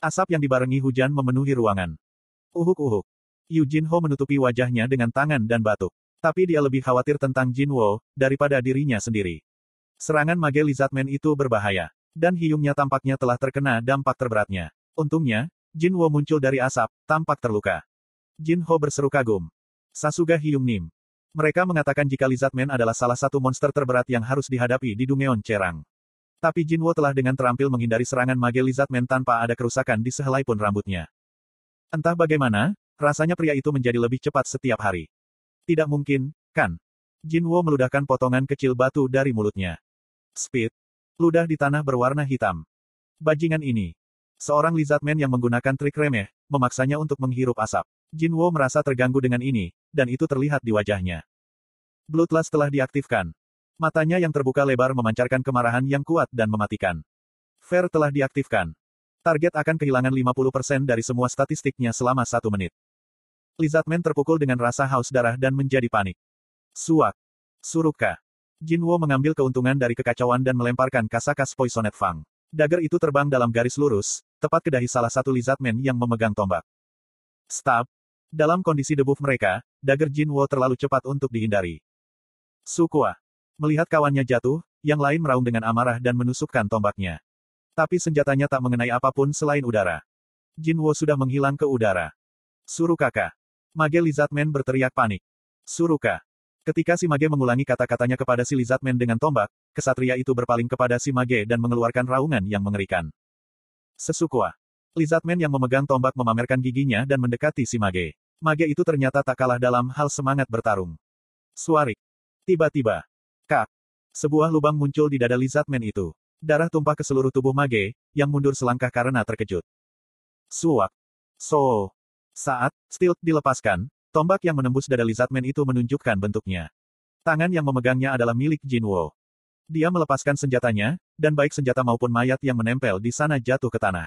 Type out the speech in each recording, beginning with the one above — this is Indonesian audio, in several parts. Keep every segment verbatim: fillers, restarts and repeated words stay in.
Asap yang dibarengi hujan memenuhi ruangan. Uhuk-uhuk. Yu Jinho menutupi wajahnya dengan tangan dan batuk. Tapi dia lebih khawatir tentang Jinwo, daripada dirinya sendiri. Serangan mage Lizardman itu berbahaya. Dan hiyungnya tampaknya telah terkena dampak terberatnya. Untungnya, Jinwo muncul dari asap, tampak terluka. Jinho berseru kagum. Sasuga Hyung Nim. Mereka mengatakan jika Lizardman adalah salah satu monster terberat yang harus dihadapi di Dungeon Cerang. Tapi Jinwo telah dengan terampil menghindari serangan mage Lizardman tanpa ada kerusakan di sehelai pun rambutnya. Entah bagaimana, rasanya pria itu menjadi lebih cepat setiap hari. Tidak mungkin, kan? Jinwo meludahkan potongan kecil batu dari mulutnya. Speed. Ludah di tanah berwarna hitam. Bajingan ini. Seorang Lizardman yang menggunakan trik remeh, memaksanya untuk menghirup asap. Jinwo merasa terganggu dengan ini, dan itu terlihat di wajahnya. Bloodlust telah diaktifkan. Matanya yang terbuka lebar memancarkan kemarahan yang kuat dan mematikan. Fair telah diaktifkan. Target akan kehilangan lima puluh persen dari semua statistiknya selama satu menit. Lizardman terpukul dengan rasa haus darah dan menjadi panik. Suak. Suruka. Jinwo mengambil keuntungan dari kekacauan dan melemparkan Kasakas Poisoned Fang. Dagger itu terbang dalam garis lurus, tepat ke dahi salah satu Lizardman yang memegang tombak. Stab. Dalam kondisi debuff mereka, dagger Jinwo terlalu cepat untuk dihindari. Sukua. Melihat kawannya jatuh, yang lain meraung dengan amarah dan menusukkan tombaknya. Tapi senjatanya tak mengenai apapun selain udara. Jinwo sudah menghilang ke udara. Surukaka. Mage Lizardman berteriak panik. Suruka. Ketika si mage mengulangi kata-katanya kepada si Lizardman dengan tombak, kesatria itu berpaling kepada si mage dan mengeluarkan raungan yang mengerikan. Sesukua. Lizardman yang memegang tombak memamerkan giginya dan mendekati si mage. Mage itu ternyata tak kalah dalam hal semangat bertarung. Suarik. Tiba-tiba. Kak. Sebuah lubang muncul di dada Lizardman itu. Darah tumpah ke seluruh tubuh mage, yang mundur selangkah karena terkejut. Suak. So. Saat Stilt dilepaskan, tombak yang menembus dada Lizardman itu menunjukkan bentuknya. Tangan yang memegangnya adalah milik Jinwo. Dia melepaskan senjatanya, dan baik senjata maupun mayat yang menempel di sana jatuh ke tanah.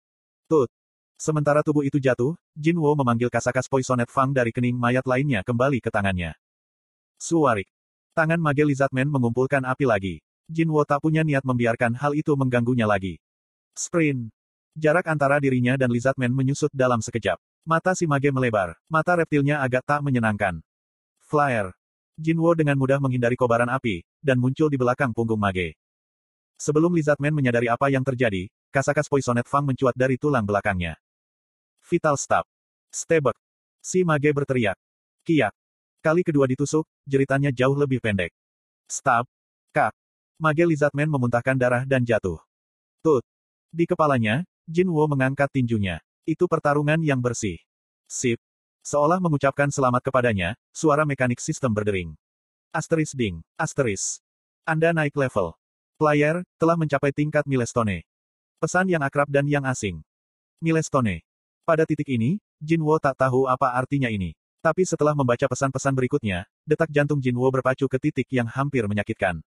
Tut. Sementara tubuh itu jatuh, Jinwo memanggil Kasakas Poisoned Fang dari kening mayat lainnya kembali ke tangannya. Suarik. Tangan mage Lizardman mengumpulkan api lagi. Jinwo tak punya niat membiarkan hal itu mengganggunya lagi. Sprint. Jarak antara dirinya dan Lizardman menyusut dalam sekejap. Mata si mage melebar. Mata reptilnya agak tak menyenangkan. Flare. Jinwo dengan mudah menghindari kobaran api, dan muncul di belakang punggung mage. Sebelum Lizardman menyadari apa yang terjadi, Kasakas Poisoned Fang mencuat dari tulang belakangnya. Vital Stab. Stebek. Si mage berteriak. Kiak. Kali kedua ditusuk, jeritannya jauh lebih pendek. Stab. Kak. Mage Lizardman memuntahkan darah dan jatuh. Tut. Di kepalanya, Jinwo mengangkat tinjunya. Itu pertarungan yang bersih. Sip. Seolah mengucapkan selamat kepadanya, suara mekanik sistem berdering. Asteris ding, asteris. Anda naik level. Player, telah mencapai tingkat milestone. Pesan yang akrab dan yang asing. Milestone. Pada titik ini, Jinwo tak tahu apa artinya ini. Tapi setelah membaca pesan-pesan berikutnya, detak jantung Jinwo berpacu ke titik yang hampir menyakitkan.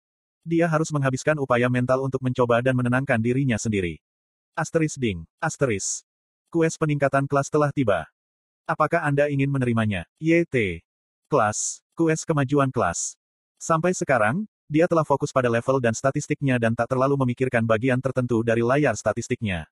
Dia harus menghabiskan upaya mental untuk mencoba dan menenangkan dirinya sendiri. Asteris ding, asteris. Kues peningkatan kelas telah tiba. Apakah Anda ingin menerimanya? Y T. Kelas. Kues kemajuan kelas. Sampai sekarang, dia telah fokus pada level dan statistiknya dan tak terlalu memikirkan bagian tertentu dari layar statistiknya.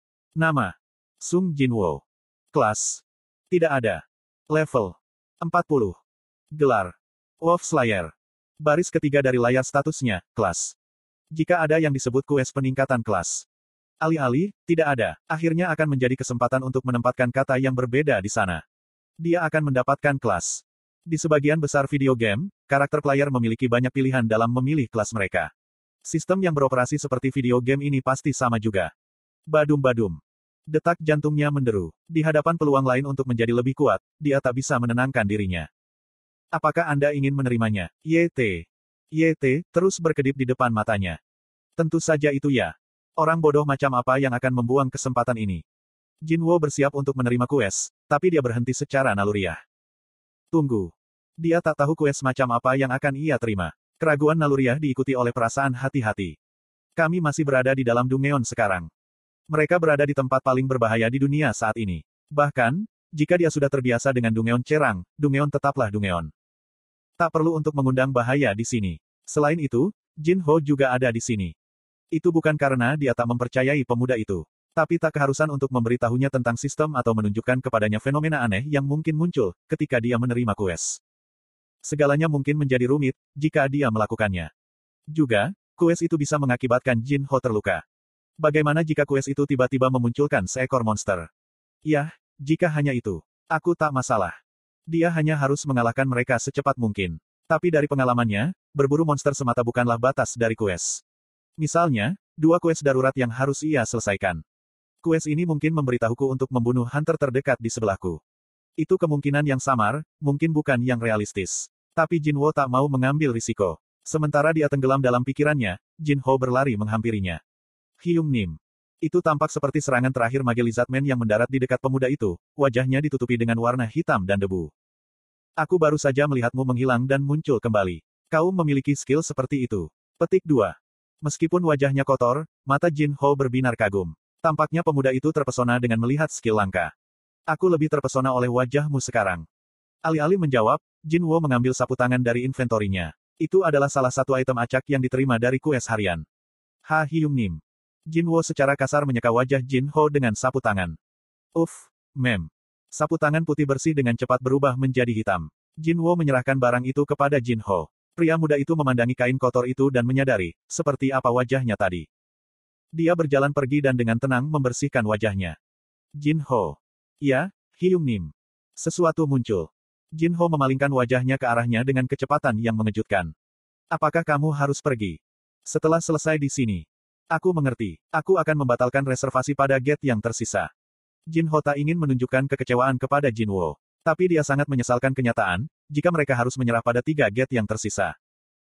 Nama. Sung Jinwo. Kelas. Tidak ada. Level. empat puluh. Gelar. Wolf Slayer. Baris ketiga dari layar statusnya, kelas. Jika ada yang disebut kues peningkatan kelas. Alih-alih, tidak ada, akhirnya akan menjadi kesempatan untuk menempatkan kata yang berbeda di sana. Dia akan mendapatkan kelas. Di sebagian besar video game, karakter player memiliki banyak pilihan dalam memilih kelas mereka. Sistem yang beroperasi seperti video game ini pasti sama juga. Badum-badum. Detak jantungnya menderu. Di hadapan peluang lain untuk menjadi lebih kuat, dia tak bisa menenangkan dirinya. Apakah Anda ingin menerimanya? Y T. Y T terus berkedip di depan matanya. Tentu saja itu ya. Orang bodoh macam apa yang akan membuang kesempatan ini? Jinwo bersiap untuk menerima kues, tapi dia berhenti secara naluriah. Tunggu. Dia tak tahu kues macam apa yang akan ia terima. Keraguan naluriah diikuti oleh perasaan hati-hati. Kami masih berada di dalam Dungeon sekarang. Mereka berada di tempat paling berbahaya di dunia saat ini. Bahkan, jika dia sudah terbiasa dengan Dungeon Cerang, Dungeon tetaplah Dungeon. Tak perlu untuk mengundang bahaya di sini. Selain itu, Jinho juga ada di sini. Itu bukan karena dia tak mempercayai pemuda itu. Tapi tak keharusan untuk memberitahunya tentang sistem atau menunjukkan kepadanya fenomena aneh yang mungkin muncul ketika dia menerima kues. Segalanya mungkin menjadi rumit jika dia melakukannya. Juga, kues itu bisa mengakibatkan Jin Ho terluka. Bagaimana jika kues itu tiba-tiba memunculkan seekor monster? Yah, jika hanya itu, aku tak masalah. Dia hanya harus mengalahkan mereka secepat mungkin. Tapi dari pengalamannya, berburu monster semata bukanlah batas dari kues. Misalnya, dua kues darurat yang harus ia selesaikan. Kues ini mungkin memberitahuku untuk membunuh hunter terdekat di sebelahku. Itu kemungkinan yang samar, mungkin bukan yang realistis. Tapi Jin Wo tak mau mengambil risiko. Sementara dia tenggelam dalam pikirannya, Jin Ho berlari menghampirinya. Hyung Nim. Itu tampak seperti serangan terakhir mage Lizardman yang mendarat di dekat pemuda itu, wajahnya ditutupi dengan warna hitam dan debu. Aku baru saja melihatmu menghilang dan muncul kembali. Kau memiliki skill seperti itu. Petik dua. Meskipun wajahnya kotor, mata Jin Ho berbinar kagum. Tampaknya pemuda itu terpesona dengan melihat skill langka. Aku lebih terpesona oleh wajahmu sekarang. Alih-alih menjawab, Jin Wo mengambil sapu tangan dari inventorinya. Itu adalah salah satu item acak yang diterima dari kues harian. Ha Hyung Nim. Jin Wo secara kasar menyeka wajah Jin Ho dengan sapu tangan. Uff, mem. Sapu tangan putih bersih dengan cepat berubah menjadi hitam. Jin Wo menyerahkan barang itu kepada Jin Ho. Pria muda itu memandangi kain kotor itu dan menyadari, seperti apa wajahnya tadi. Dia berjalan pergi dan dengan tenang membersihkan wajahnya. Jin Ho. Ya, Hyung Nim. Sesuatu muncul. Jin Ho memalingkan wajahnya ke arahnya dengan kecepatan yang mengejutkan. Apakah kamu harus pergi? Setelah selesai di sini. Aku mengerti. Aku akan membatalkan reservasi pada gate yang tersisa. Jin Ho tak ingin menunjukkan kekecewaan kepada Jin Wo. Tapi dia sangat menyesalkan kenyataan, jika mereka harus menyerah pada tiga gate yang tersisa.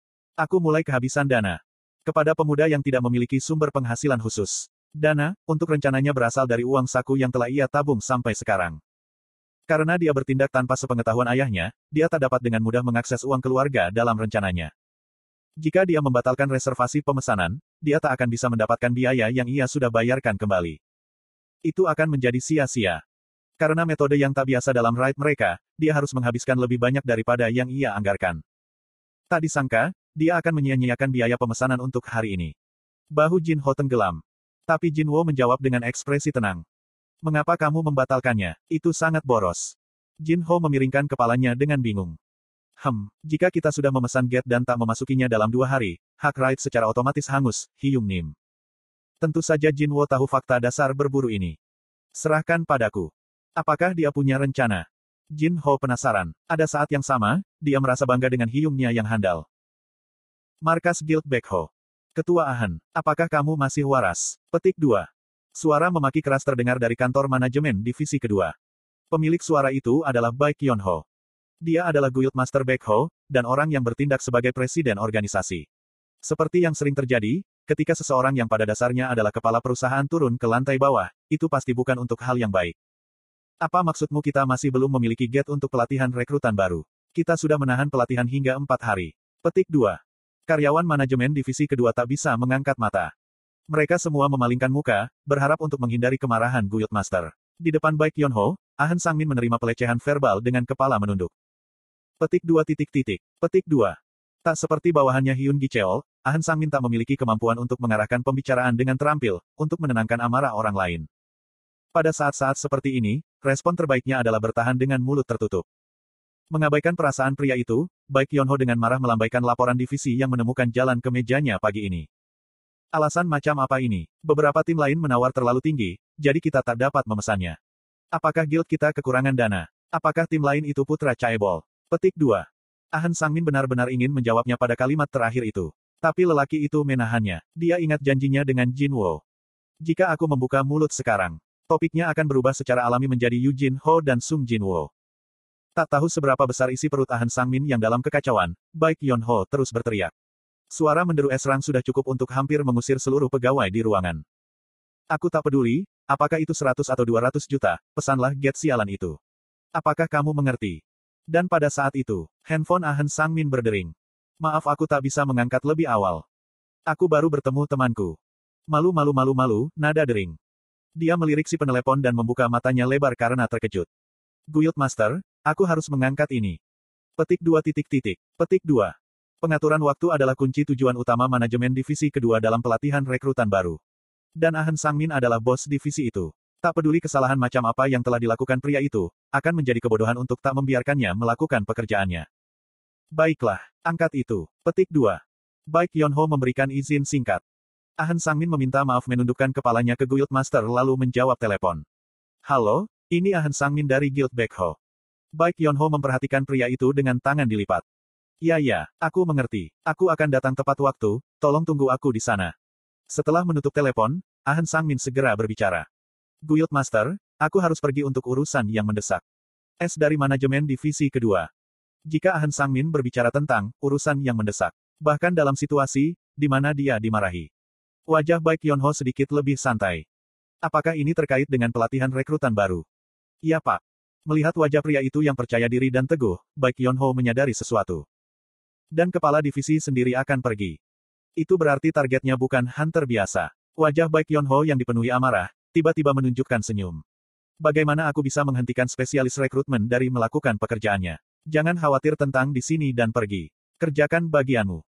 Aku mulai kehabisan dana. Kepada pemuda yang tidak memiliki sumber penghasilan khusus. Dana, untuk rencananya berasal dari uang saku yang telah ia tabung sampai sekarang. Karena dia bertindak tanpa sepengetahuan ayahnya, dia tak dapat dengan mudah mengakses uang keluarga dalam rencananya. Jika dia membatalkan reservasi pemesanan, dia tak akan bisa mendapatkan biaya yang ia sudah bayarkan kembali. Itu akan menjadi sia-sia. Karena metode yang tak biasa dalam raid mereka, dia harus menghabiskan lebih banyak daripada yang ia anggarkan. Tak disangka, dia akan menyia-nyiakan biaya pemesanan untuk hari ini. Bahu Jin Ho tenggelam. Tapi Jin Wo menjawab dengan ekspresi tenang. Mengapa kamu membatalkannya? Itu sangat boros. Jin Ho memiringkan kepalanya dengan bingung. Hem, jika kita sudah memesan gate dan tak memasukinya dalam dua hari, hak raid secara otomatis hangus, Hyung Nim. Tentu saja Jin Wo tahu fakta dasar berburu ini. Serahkan padaku. Apakah dia punya rencana? Jin Ho penasaran. Ada saat yang sama, dia merasa bangga dengan Hyung-nya yang handal. Markas Guild Baekho. Ketua Ahan, apakah kamu masih waras? Petik dua. Suara memaki keras terdengar dari kantor manajemen divisi kedua. Pemilik suara itu adalah Baek Yeon-ho. Dia adalah Guild Master Baekho, dan orang yang bertindak sebagai presiden organisasi. Seperti yang sering terjadi, ketika seseorang yang pada dasarnya adalah kepala perusahaan turun ke lantai bawah, itu pasti bukan untuk hal yang baik. Apa maksudmu kita masih belum memiliki gate untuk pelatihan rekrutan baru? Kita sudah menahan pelatihan hingga empat hari. Petik dua. Karyawan manajemen divisi kedua tak bisa mengangkat mata. Mereka semua memalingkan muka, berharap untuk menghindari kemarahan Guild Master. Di depan Baek Yeon-ho, Ahn Sang-min menerima pelecehan verbal dengan kepala menunduk. Petik dua titik titik. Petik dua. Tak seperti bawahannya Hyun Gi-cheol, Ahn Sang-min tak memiliki kemampuan untuk mengarahkan pembicaraan dengan terampil, untuk menenangkan amarah orang lain. Pada saat-saat seperti ini, respon terbaiknya adalah bertahan dengan mulut tertutup. Mengabaikan perasaan pria itu, Baek Yeon-ho dengan marah melambaikan laporan divisi yang menemukan jalan ke mejanya pagi ini. Alasan macam apa ini? Beberapa tim lain menawar terlalu tinggi, jadi kita tak dapat memesannya. Apakah guild kita kekurangan dana? Apakah tim lain itu putra Chaebol? Petik dua. Ahn Sang-min benar-benar ingin menjawabnya pada kalimat terakhir itu. Tapi lelaki itu menahannya. Dia ingat janjinya dengan Jin Wo. Jika aku membuka mulut sekarang, topiknya akan berubah secara alami menjadi Yu Jin Ho dan Sung Jin Wo. Tak tahu seberapa besar isi perut Ahn Sang-min yang dalam kekacauan, Baek Yeon-ho terus berteriak. Suara menderu esrang sudah cukup untuk hampir mengusir seluruh pegawai di ruangan. Aku tak peduli, apakah itu seratus atau dua ratus juta, pesanlah gate sialan itu. Apakah kamu mengerti? Dan pada saat itu, handphone Ahn Sang-min berdering. Maaf aku tak bisa mengangkat lebih awal. Aku baru bertemu temanku. Malu malu malu malu, nada dering. Dia melirik si penelepon dan membuka matanya lebar karena terkejut. Guild Master, aku harus mengangkat ini. Petik dua titik titik. Petik dua. Pengaturan waktu adalah kunci tujuan utama manajemen divisi kedua dalam pelatihan rekrutan baru. Dan Ah Sang-min adalah bos divisi itu. Tak peduli kesalahan macam apa yang telah dilakukan pria itu, akan menjadi kebodohan untuk tak membiarkannya melakukan pekerjaannya. Baiklah, angkat itu. Petik dua. Baik Yonho memberikan izin singkat. Ah Sang-min meminta maaf menundukkan kepalanya ke Guildmaster lalu menjawab telepon. Halo, ini Ah Sang-min dari Guild Baekho. Baik Yonho memperhatikan pria itu dengan tangan dilipat. Ya ya, aku mengerti. Aku akan datang tepat waktu, tolong tunggu aku di sana. Setelah menutup telepon, Ah Sang-min segera berbicara. Guildmaster, aku harus pergi untuk urusan yang mendesak. S dari manajemen divisi kedua. Jika Ah Sang-min berbicara tentang urusan yang mendesak, bahkan dalam situasi di mana dia dimarahi. Wajah Baik Yonho sedikit lebih santai. Apakah ini terkait dengan pelatihan rekrutan baru? Iya Pak. Melihat wajah pria itu yang percaya diri dan teguh, Baik Yonho menyadari sesuatu. Dan kepala divisi sendiri akan pergi. Itu berarti targetnya bukan hunter biasa. Wajah Baik Yonho yang dipenuhi amarah, tiba-tiba menunjukkan senyum. Bagaimana aku bisa menghentikan spesialis rekrutmen dari melakukan pekerjaannya? Jangan khawatir tentang di sini dan pergi. Kerjakan bagianmu.